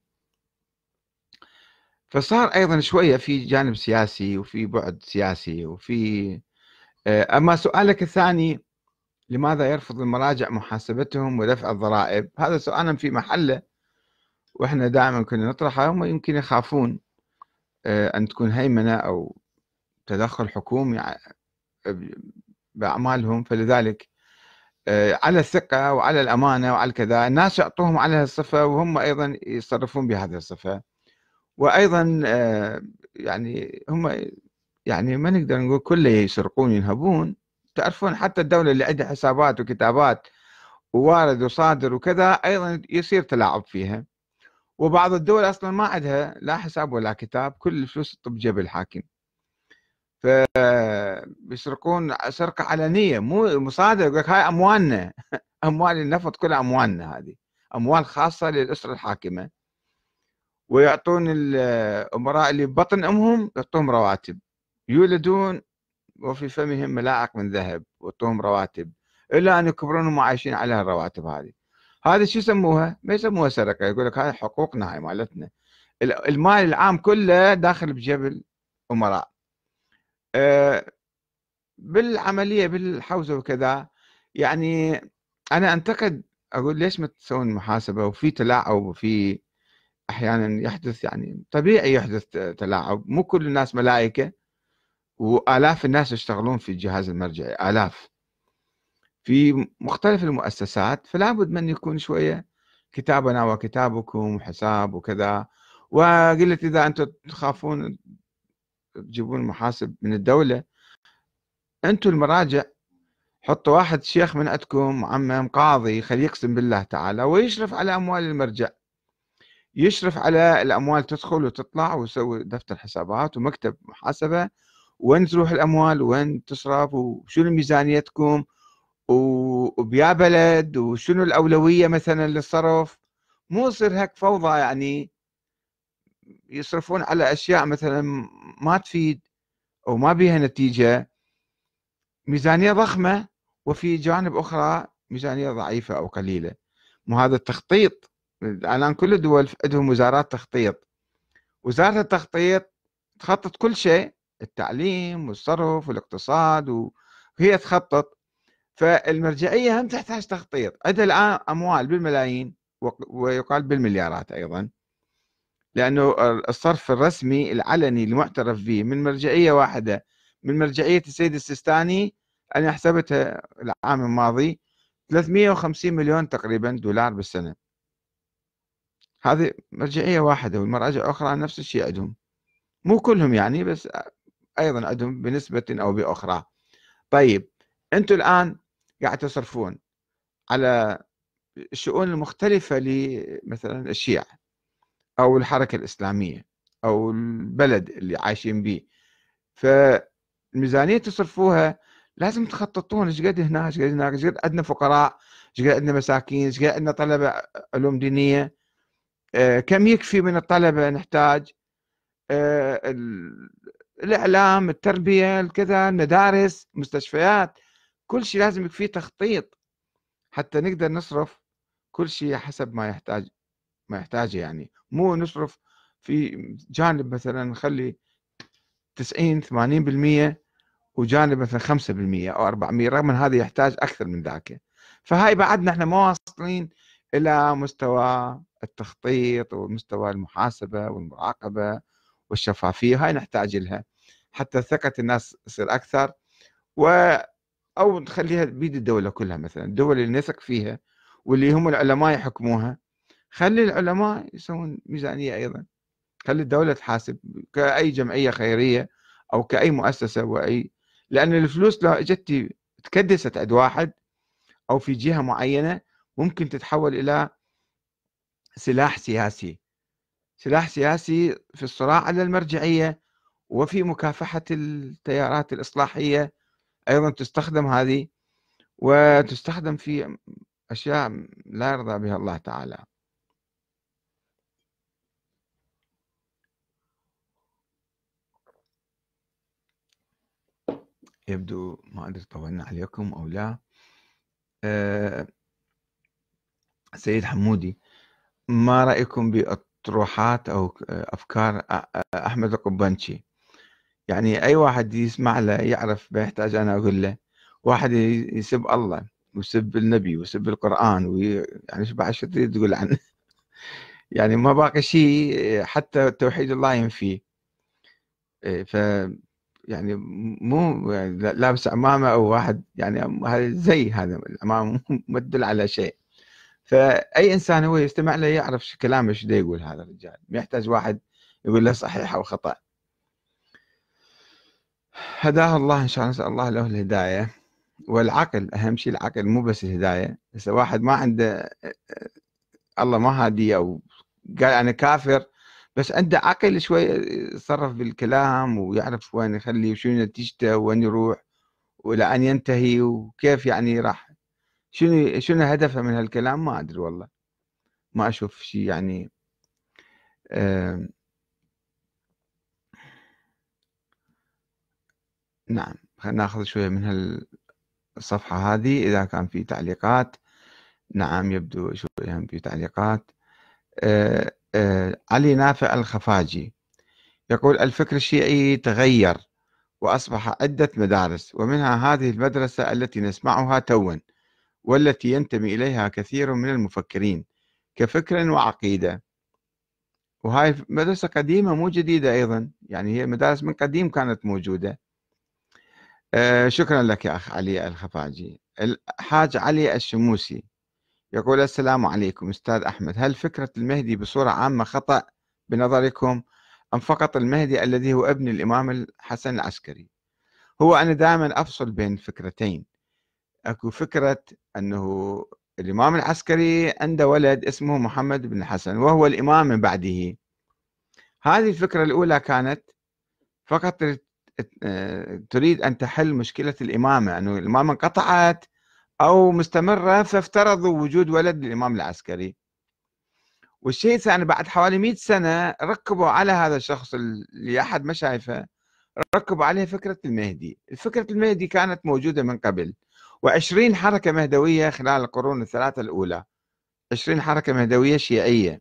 فصار أيضا شوية في جانب سياسي وفي بعد سياسي وفي أما سؤالك الثاني، لماذا يرفض المراجع محاسبتهم ودفع الضرائب؟ هذا سؤال في محله، وإحنا دائما كنا نطرحه. هم يمكن يخافون أن تكون هيمنة أو تدخل حكومي بأعمالهم، فلذلك على الثقة وعلى الأمانة وعلى كذا الناس يعطوهم على الصفة وهم أيضا يتصرفون بهذه الصفة. وأيضا يعني هم يعني ما نقدر نقول كله يسرقون ينهبون. تعرفون حتى الدولة اللي عندها حسابات وكتابات ووارد وصادر وكذا أيضا يصير تلاعب فيها. وبعض الدول أصلا ما عندها لا حساب ولا كتاب، كل الفلوس تطب جيب الحاكم. فبيسرقون سرقة علنية، مو مصادر، يقول لك هاي أموالنا أموال النفط كلها أموالنا، هذه أموال خاصة للأسرة الحاكمة. ويعطون الأمراء اللي ببطن أمهم يعطوهم رواتب، يولدون وفي فمهم ملاعق من ذهب ويعطوهم رواتب إلا أن يكبرون وما عايشين على الرواتب هذه. هذه شو يسموها؟ ما يسموها سرقة، يقول لك هاي حقوقنا، هاي مالتنا، المال العام كله داخل بجيب الأمراء. بالعملية بالحوزة وكذا يعني. أنا أنتقد، أقول ليش ما تسوون محاسبة وفي تلاعب وفي أحيانا يحدث، يعني طبيعي يحدث تلاعب، مو كل الناس ملائكة، وآلاف الناس يشتغلون في الجهاز المرجعي، آلاف في مختلف المؤسسات، فلا بد من يكون شوية كتابنا وكتابكم وحساب وكذا. وقلت إذا أنتم تخافون تجيبون محاسب من الدولة، أنتم المراجع حطوا واحد شيخ من عندكم معمم قاضي خليه يقسم بالله تعالى ويشرف على أموال المرجع، يشرف على الأموال تدخل وتطلع ويسوي دفتر حسابات ومكتب محاسبة، وين تروح الأموال وين تصرف وشنو ميزانيتكم وبيا بلد وشنو الأولوية مثلا للصرف. مو يصير هيك فوضى يعني، يصرفون على أشياء مثلا ما تفيد أو ما بيها نتيجة، ميزانية ضخمة وفي جانب أخرى ميزانية ضعيفة أو قليلة. مو هذا التخطيط؟ الآن كل الدول عندهم وزارات تخطيط، وزارة التخطيط تخطط كل شيء، التعليم والصرف والاقتصاد وهي تخطط. فالمرجعية هم تحتاج تخطيط، عندها الآن أموال بالملايين ويقال بالمليارات أيضا، لأنه الصرف الرسمي العلني المعترف به من مرجعية واحدة، من مرجعية السيد السيستاني، أنا حسبتها العام الماضي 350 مليون تقريبا دولار بالسنة. هذه مرجعية واحدة، والمراجع الأخرى نفس الشيء عندهم، مو كلهم يعني بس أيضا عندهم بنسبة أو بأخرى. طيب أنتم الآن قاعد تصرفون على الشؤون المختلفة لمثلا الشيعة أو الحركة الإسلامية أو البلد اللي عايشين به، فالميزانية تصرفوها لازم تخططون ايش قد هنا ايش قد هناك، ايش قد عندنا فقراء، ايش قد عندنا مساكين، ايش قد عندنا طلبة علوم دينية، كم يكفي من الطلبة نحتاج، الإعلام، التربية، الكذا، المدارس، مستشفيات، كل شيء لازم فيه تخطيط حتى نقدر نصرف كل شيء حسب ما يحتاجه يعني. مو نصرف في جانب مثلا نخلي 90 80% وجانب مثلا 5% أو 400، رغم أن هذا يحتاج أكثر من ذاك. فهاي بعدنا احنا ما واصلين إلى مستوى التخطيط ومستوى المحاسبة والمراقبة والشفافية، هاي نحتاج لها حتى ثقة الناس تصير أكثر، و أو نخليها بيد الدولة كلها، مثلا الدول اللي نثق فيها واللي هم العلماء يحكموها، خلي العلماء يسوون ميزانية أيضا، خلي الدولة تحاسب كأي جمعية خيرية أو كأي مؤسسة لأن الفلوس لو اجت تكدست عند واحد أو في جهة معينة ممكن تتحول إلى سلاح سياسي، سلاح سياسي في الصراع على المرجعية وفي مكافحة التيارات الإصلاحية، أيضا تستخدم هذه وتستخدم في أشياء لا يرضى بها الله تعالى. يبدو ما أدري طولنا عليكم أو لا. سيد حمودي، ما رأيكم بأطروحات أو أفكار أحمد القبنشي؟ يعني أي واحد يسمع له يعرف، ما يحتاج أنا أقول له، واحد يسب الله ويسب النبي ويسب القرآن يعني شو بعد شو تريد تقول عنه؟ يعني ما باقي شيء، حتى توحيد الله ينفيه. ف يعني مو يعني لابس عمامة أو واحد، يعني هذا زي هذا العمامة ما تدل على شيء. فأي إنسان هو يستمع له يعرف كلامه شو دا يقول هذا الرجال، ما يحتاج واحد يقول له صحيح أو خطأ. هداه الله إن شاء الله، نسأل الله له الهداية والعقل، أهم شيء العقل مو بس الهداية. هسه واحد ما عنده الله ما هادي أو قال أنا كافر، بس عنده عقل شوي يتصرف بالكلام ويعرف وين يخلي وشو نتيجته وين يروح وإلى أن ينتهي وكيف يعني راح، شنو هدفه من هالكلام، ما أدري والله، ما أشوف شيء يعني. آه نعم، خلينا ناخذ شوية من هالصفحة هذه إذا كان في تعليقات. نعم يبدو شوية في تعليقات. علي نافع الخفاجي يقول: الفكر الشيعي تغير وأصبح عدة مدارس، ومنها هذه المدرسة التي نسمعها توا والتي ينتمي إليها كثير من المفكرين كفكر وعقيدة. وهاي مدرسة قديمة مو جديدة أيضا، يعني هي مدارس من قديم كانت موجودة. شكرا لك يا أخ علي الخفاجي. الحاج علي الشموسي يقول: السلام عليكم أستاذ أحمد، هل فكرة المهدي بصورة عامة خطأ بنظركم، أم فقط المهدي الذي هو ابن الإمام الحسن العسكري؟ هو أنا دائما أفصل بين فكرتين. أكو فكرة أنه الإمام العسكري عنده ولد اسمه محمد بن الحسن وهو الإمام من بعده. هذه الفكرة الأولى كانت فقط تريد أن تحل مشكلة الإمامة، أنه الإمامة انقطعت أو مستمرة، فافترضوا وجود ولد للإمام العسكري. والشيء الثاني، بعد حوالي 100 سنة ركبوا على هذا الشخص اللي أحد مشايفه، ركبوا عليه فكرة المهدي. فكرة المهدي كانت موجودة من قبل، و20 حركة مهدوية خلال القرون الثلاثة الأولى، 20 حركة مهدوية شيعية،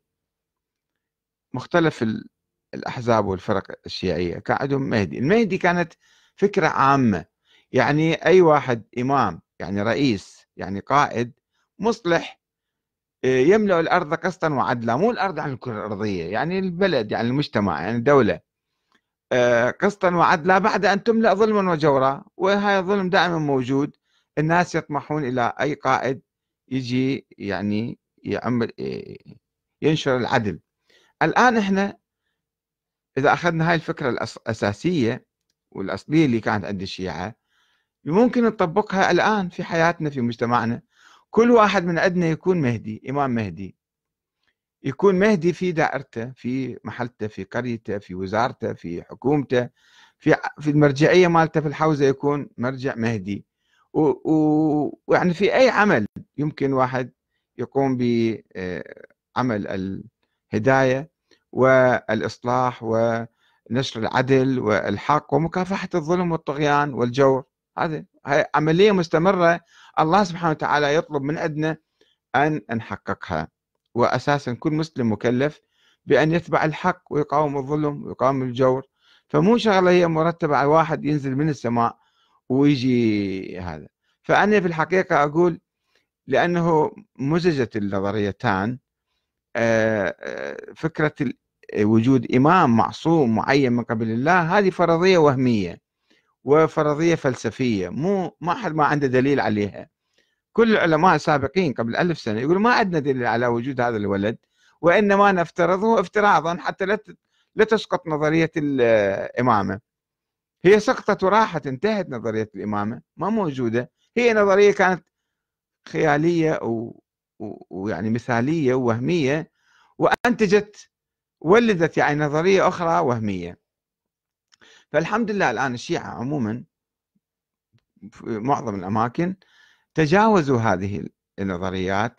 مختلف الأحزاب والفرق الشيعية كان عندهم مهدي. المهدي كانت فكرة عامة، يعني أي واحد إمام، يعني رئيس، يعني قائد مصلح، يملأ الأرض قسطا وعدلا، مو الأرض عن الكرة الأرضية، يعني البلد، يعني المجتمع، يعني الدولة، قسطا وعدلا بعد أن تملأ ظلما وجورا. وهذا الظلم دائما موجود، الناس يطمحون إلى أي قائد يجي يعني يعمل ينشر العدل. الآن إحنا إذا أخذنا هاي الفكرة الأساسية والأصلية اللي كانت عند الشيعة، ممكن نطبقها الآن في حياتنا في مجتمعنا. كل واحد من عندنا يكون مهدي، إمام مهدي، يكون مهدي في دائرته، في محلته، في قريته، في وزارته، في حكومته، في المرجعية مالته، في الحوزة يكون مرجع مهدي. ويعني في أي عمل يمكن واحد يقوم بعمل الهداية والإصلاح ونشر العدل والحق ومكافحة الظلم والطغيان والجور. هاي عملية مستمرة، الله سبحانه وتعالى يطلب من عندنا أن نحققها. وأساسا كل مسلم مكلف بأن يتبع الحق ويقاوم الظلم ويقاوم الجور، فمو شغلة هي مرتبة على واحد ينزل من السماء ويجي هذا. فأنا في الحقيقة أقول، لأنه مزجت النظريتان، فكرة وجود إمام معصوم معين من قبل الله، هذه فرضية وهمية وفرضية فلسفية، ما حد ما عنده دليل عليها. كل العلماء السابقين قبل 1000 سنة يقولوا ما عندنا دليل على وجود هذا الولد، وإنما نفترضه افتراضا حتى لا تسقط نظرية الإمامة. هي سقطت وراحت، انتهت نظرية الإمامة، ما موجودة. هي نظرية كانت خيالية ويعني مثالية ووهمية، وأنتجت ولدت يعني نظرية أخرى وهمية. فالحمد لله الآن الشيعة عموما في معظم الأماكن تجاوزوا هذه النظريات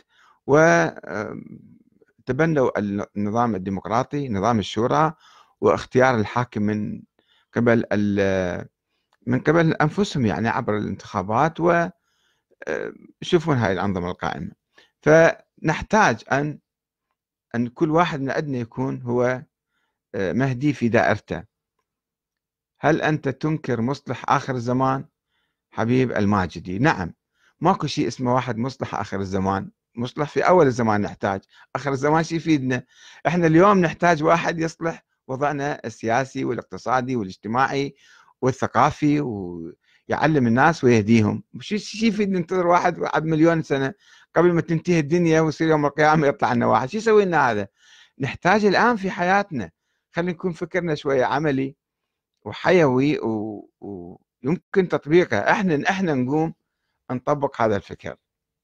وتبنوا النظام الديمقراطي، نظام الشورى، واختيار الحاكم قبل من قبل أنفسهم، يعني عبر الانتخابات، ويشوفون هاي الأنظمة القائمة. فنحتاج أن كل واحد من عندنا يكون هو مهدي في دائرته. هل أنت تنكر مصلح آخر الزمان؟ حبيب الماجدي: نعم، ماكو شيء اسمه واحد مصلح آخر الزمان. مصلح في أول الزمان نحتاج، آخر الزمان شيء يفيدنا؟ إحنا اليوم نحتاج واحد يصلح وضعنا السياسي والاقتصادي والاجتماعي والثقافي، ويعلم الناس ويهديهم. شيء يفيد ننتظر واحد بعد مليون سنة قبل ما تنتهي الدنيا ويصير يوم القيامة يطلع لنا واحد؟ شو يسوي لنا هذا؟ نحتاج الآن في حياتنا. خلينا نكون فكرنا شوية عملي وحيوي ويمكن تطبيقه. احنا نقوم نطبق هذا الفكر.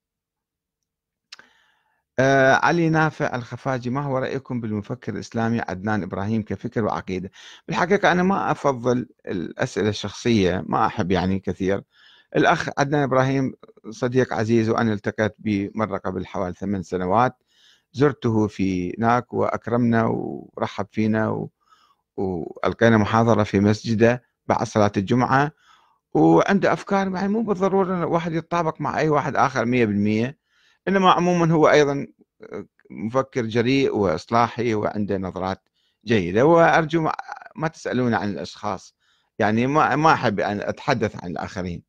علي نافع الخفاجي: ما هو رأيكم بالمفكر الإسلامي عدنان إبراهيم كفكر وعقيدة؟ بالحقيقة أنا ما أفضل الأسئلة الشخصية، ما أحب يعني كثير. الأخ عدنان إبراهيم صديق عزيز، وأنا التقيت به مرة قبل حوالي 8 سنوات، زرته في هناك وأكرمنا ورحب فينا وألقينا محاضرة في مسجده بعد صلاة الجمعة، وعنده أفكار يعني مو بالضرورة الواحد يتطابق مع أي واحد آخر 100%، إنما عموما هو أيضا مفكر جريء وإصلاحي وعنده نظرات جيدة. وأرجو ما تسألون عن الأشخاص، يعني ما أحب أن أتحدث عن الآخرين.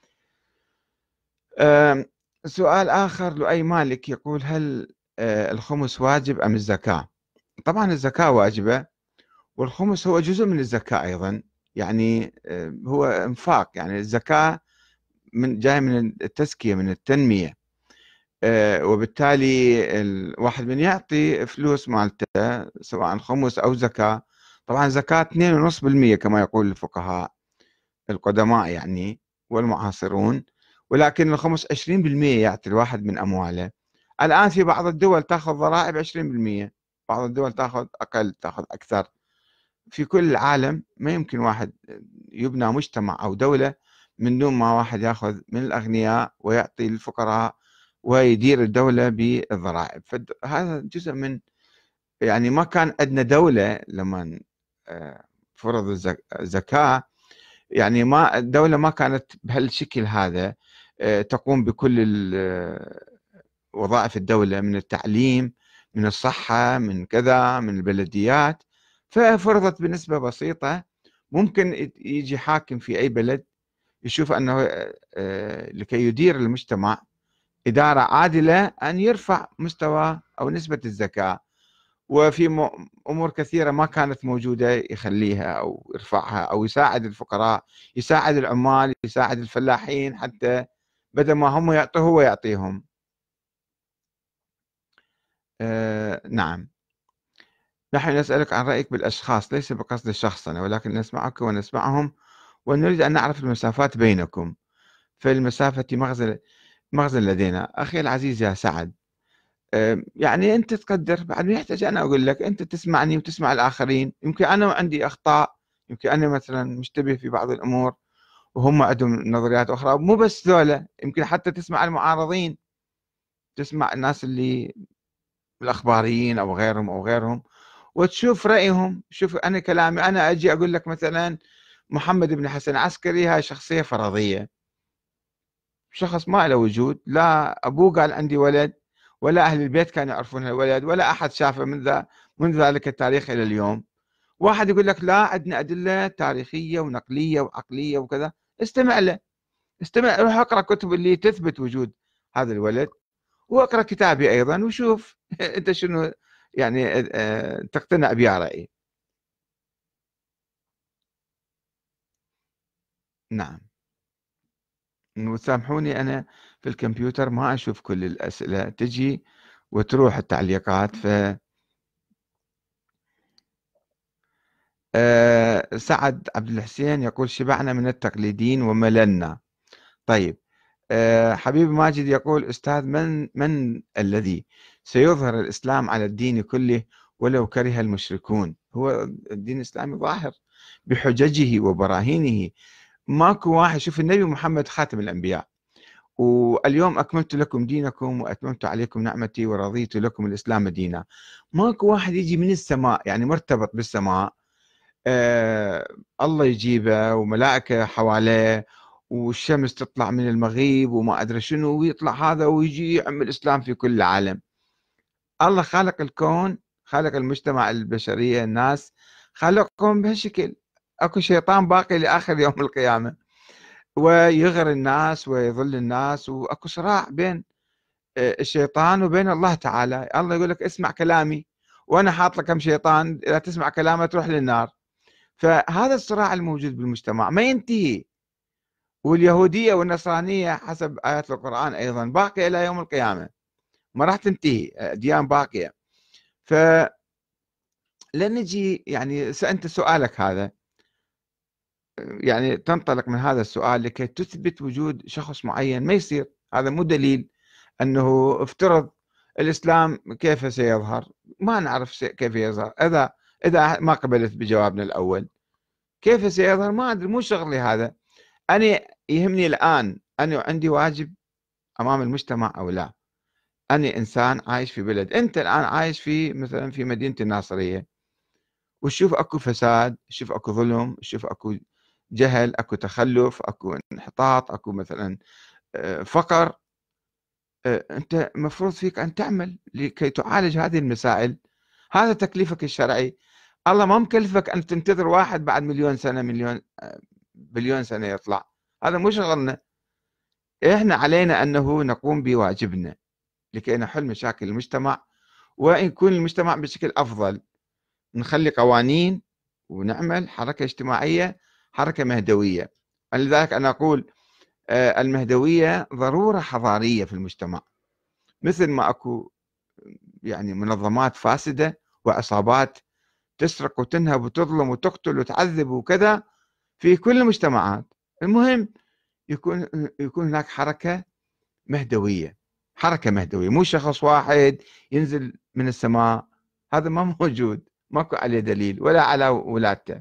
سؤال آخر لؤي مالك يقول: هل الخمس واجب أم الزكاة؟ طبعا الزكاة واجبة، والخمس هو جزء من الزكاة أيضا، يعني هو إنفاق. يعني الزكاة جاي من التزكية، من التنمية، وبالتالي الواحد من يعطي فلوس مالته سواء خمس أو زكاة. طبعا زكاة 2.5% كما يقول الفقهاء القدماء يعني والمعاصرون، ولكن الخمس 20% يعطي الواحد من أمواله. الآن في بعض الدول تأخذ ضرائب 20%، بعض الدول تأخذ أقل، تأخذ أكثر. في كل العالم ما يمكن واحد يبنى مجتمع أو دولة من دون ما واحد يأخذ من الأغنياء ويعطي للفقراء ويدير الدولة بالضرائب. فهذا جزء من، يعني ما كان عندنا دولة لما فرض الزكاة، يعني ما الدولة ما كانت بهالشكل هذا تقوم بكل وظائف الدولة، من التعليم، من الصحة، من كذا، من البلديات. ففرضت بنسبة بسيطة. ممكن يجي حاكم في أي بلد يشوف أنه لكي يدير المجتمع إدارة عادلة أن يرفع مستوى أو نسبة الزكاة، وفي أمور كثيرة ما كانت موجودة يخليها أو يرفعها، أو يساعد الفقراء، يساعد العمال، يساعد الفلاحين، حتى بدل ما هم يعطوه هو يعطيهم. نعم. نحن نسألك عن رأيك بالأشخاص، ليس بقصد شخصنا، ولكن نسمعك ونسمعهم، ونريد أن نعرف المسافات بينكم. فالمسافة مغزى لدينا. أخي العزيز يا سعد، يعني أنت تقدر، بعد ما يحتاج أنا أقول لك، أنت تسمعني وتسمع الآخرين. يمكن أنا عندي أخطاء، يمكن أنا مثلا مشتبه في بعض الأمور وهم عندهم نظريات أخرى. مو بس ذولا، يمكن حتى تسمع المعارضين، تسمع الناس اللي الأخباريين أو غيرهم أو غيرهم، وتشوف رأيهم. شوف أنا كلامي، أنا أجي أقول لك مثلا محمد بن حسن عسكري هاي شخصية فرضية، شخص ما له وجود، لا أبوه قال عندي ولد، ولا أهل البيت كانوا يعرفون الولد، ولا أحد شافه منذ ذلك التاريخ إلى اليوم. واحد يقول لك لا، عندنا أدلة تاريخية ونقلية وعقلية وكذا. استمع له، استمع، روح اقرأ كتب اللي تثبت وجود هذا الولد، واقرأ كتابي أيضا وشوف أنت شنو يعني تقتنع بها رأيي. نعم. وسامحوني أنا في الكمبيوتر ما أشوف كل الأسئلة تجي وتروح التعليقات. سعد عبد الحسين يقول شبعنا من التقليدين ومللنا. طيب. حبيب ماجد يقول أستاذ من الذي سيظهر الإسلام على الدين كله ولو كره المشركون؟ هو الدين الإسلامي ظاهر بحججه وبراهينه. ماكو واحد. شوف النبي محمد خاتم الأنبياء، واليوم أكملت لكم دينكم وأتممت عليكم نعمتي ورضيت لكم الإسلام دينا. ماكو واحد يجي من السماء يعني مرتبط بالسماء، الله يجيبه وملائكة حواليه والشمس تطلع من المغيب وما أدري شنو، ويطلع هذا ويجي يعمل إسلام في كل العالم. الله خالق الكون، خالق المجتمع البشرية الناس، خلقهم بهالشكل. اكو شيطان باقي لآخر يوم القيامة ويغر الناس ويضل الناس، واكو صراع بين الشيطان وبين الله تعالى. الله يقول لك اسمع كلامي، وانا حاط لك كم شيطان اذا تسمع كلامه تروح للنار. فهذا الصراع الموجود بالمجتمع ما ينتهي. واليهودية والنصرانية حسب آيات القرآن أيضا باقية إلى يوم القيامة، ما راح تنتهي، أديان باقية. فلن نجي يعني أنت سؤالك هذا يعني تنطلق من هذا السؤال لكي تثبت وجود شخص معين، ما يصير. هذا مو دليل أنه افترض الإسلام كيف سيظهر. ما نعرف كيف يظهر. إذا ما قبلت بجوابنا الأول كيف سيظهر ما أدري، مو شغلي هذا. أنا يهمني الآن أنا عندي واجب أمام المجتمع أو لا. أنا إنسان عايش في بلد، أنت الآن عايش في مثلا في مدينة الناصرية، وتشوف أكو فساد، تشوف أكو ظلم، تشوف أكو جهل، أكو تخلف، أكو انحطاط، أكو مثلا فقر. أنت مفروض فيك أن تعمل لكي تعالج هذه المسائل. هذا تكليفك الشرعي. الله ما مكلفك أن تنتظر واحد بعد مليون سنة، مليون بليون سنة يطلع. هذا مو شغلنا. إحنا علينا أنه نقوم بواجبنا لكي نحل مشاكل المجتمع ويكون المجتمع بشكل أفضل. نخلي قوانين ونعمل حركة اجتماعية، حركة مهدوية. لذلك أنا أقول المهدوية ضرورة حضارية في المجتمع. مثل ما أكو يعني منظمات فاسدة وعصابات تسرق وتنهب وتظلم وتقتل وتعذب وكذا في كل المجتمعات. المهم يكون هناك حركة مهدوية. حركة مهدوية، مو شخص واحد ينزل من السماء. هذا ما موجود، ماكو عليه دليل ولا على ولادته.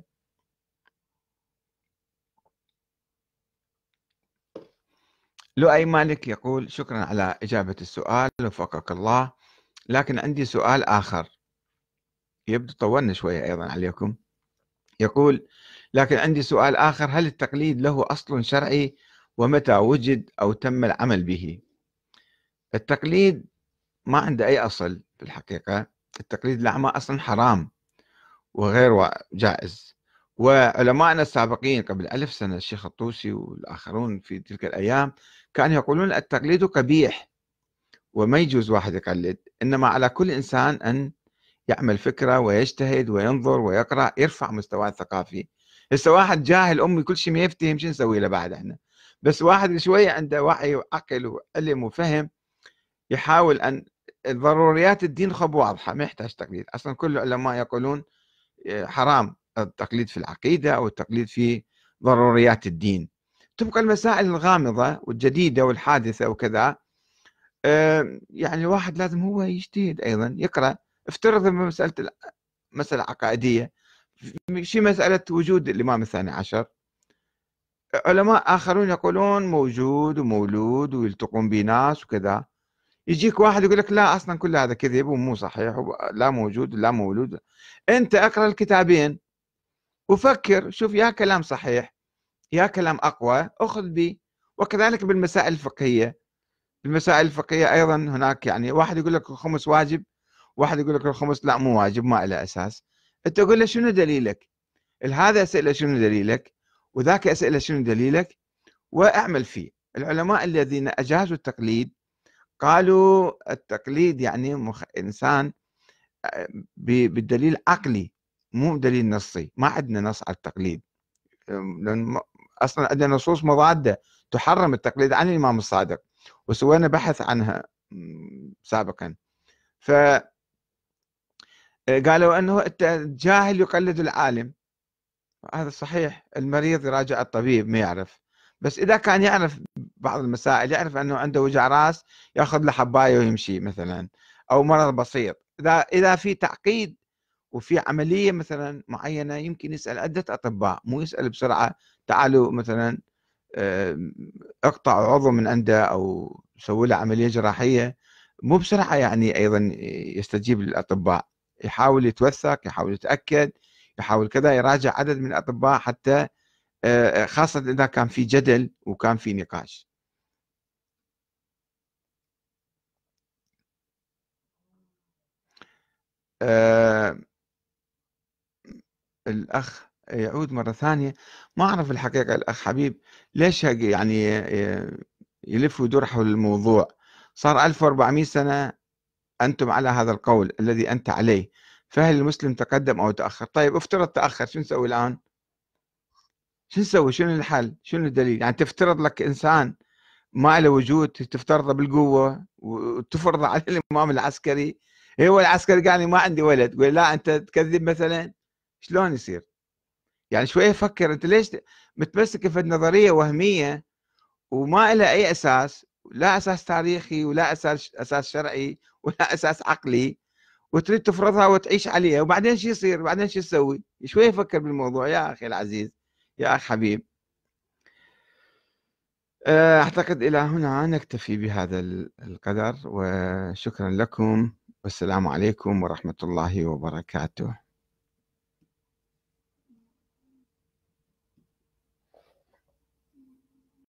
لؤي مالك يقول شكرا على إجابة السؤال وفقك الله، لكن عندي سؤال آخر. يبدو طولنا شوية أيضا عليكم. يقول لكن عندي سؤال آخر، هل التقليد له أصل شرعي؟ ومتى وجد أو تم العمل به؟ التقليد ما عنده أي أصل في الحقيقة. التقليد الأعمى أصلا حرام وغير جائز. وعلماءنا السابقين قبل 1000 سنة الشيخ الطوسي والآخرون في تلك الأيام كانوا يقولون التقليد قبيح وما يجوز واحد يقلد، إنما على كل إنسان أن يعمل فكرة ويجتهد وينظر ويقرأ يرفع مستواه الثقافي. هسه واحد جاهل أمي كل شيء ما يفتهم شو نسوي له بعد احنا؟ بس واحد شوية عنده وعي وعقل وعلم وفهم يحاول أن ضروريات الدين خب واضحة، ما يحتاج تقليد. أصلا كل العلماء يقولون حرام التقليد في العقيدة أو التقليد في ضروريات الدين. تبقى المسائل الغامضة والجديدة والحادثة وكذا يعني الواحد لازم هو يجتهد أيضا يقرأ. افترض مسألة عقائدية في مسألة وجود الإمام الثاني عشر، علماء آخرون يقولون موجود ومولود ويلتقون بناس وكذا. يجيك واحد يقول لك لا أصلا كل هذا كذب ومو صحيح، لا موجود لا مولود. أنت اقرأ الكتابين وفكر شوف يا كلام صحيح يا كلام أقوى أخذ به. وكذلك بالمسائل الفقهية. بالمسائل الفقهية أيضا هناك يعني واحد يقول لك الخمس واجب، واحد يقول لك الخمس لا مو واجب ما له أساس. أنت تقول له شنو دليلك؟ هذا أسئلة شنو دليلك؟ وذاك أسئلة شنو دليلك؟ واعمل فيه. العلماء الذين أجازوا التقليد قالوا التقليد يعني إنسان بالدليل عقلي، مو دليل نصي. ما عندنا نص على التقليد، لأن أصلا عندنا نصوص مضادة تحرم التقليد عن الإمام الصادق، وسوينا بحث عنها سابقا. فقالوا أنه الجاهل يقلد العالم. هذا صحيح، المريض يراجع الطبيب ما يعرف، بس إذا كان يعرف بعض المسائل، يعرف أنه عنده وجع رأس يأخذ له حباية ويمشي مثلا، أو مرض بسيط، إذا في تعقيد وفي عملية مثلا معينة، يمكن يسأل عدة أطباء، مو يسأل بسرعة تعالوا مثلا اقطعوا عضو من عنده أو سووا له عملية جراحية. مو بسرعة يعني أيضا يستجيب للأطباء، يحاول يتوثق، يحاول يتأكد، يحاول كذا، يراجع عدد من الأطباء حتى خاصة إذا كان في جدل وكان في نقاش. آه، الأخ يعود مرة ثانية. ما أعرف الحقيقة الأخ حبيب ليش يعني يلف ويدور حول الموضوع. صار 1400 سنة أنتم على هذا القول الذي أنت عليه، فهل المسلم تقدم أو تأخر؟ طيب افترض تأخر، شو نسوي الآن؟ شو نسوي؟ شنو الحل؟ شنو الدليل؟ يعني تفترض لك إنسان ما له وجود، تفترضه بالقوة وتفرض على الإمام العسكري. هو العسكري قال لي ما عندي ولد، يقول لا أنت تكذب مثلا. شلون يصير؟ يعني شوية فكر، أنت ليش متمسك في نظرية وهمية وما لها أي أساس، لا أساس تاريخي ولا أساس شرعي ولا أساس عقلي، وتريد تفرضها وتعيش عليها، وبعدين شو يصير؟ بعدين شو تسوي؟ شوية فكر بالموضوع يا أخي العزيز، يا أخ حبيب. أعتقد إلى هنا نكتفي بهذا القدر، وشكرا لكم، والسلام عليكم ورحمة الله وبركاته.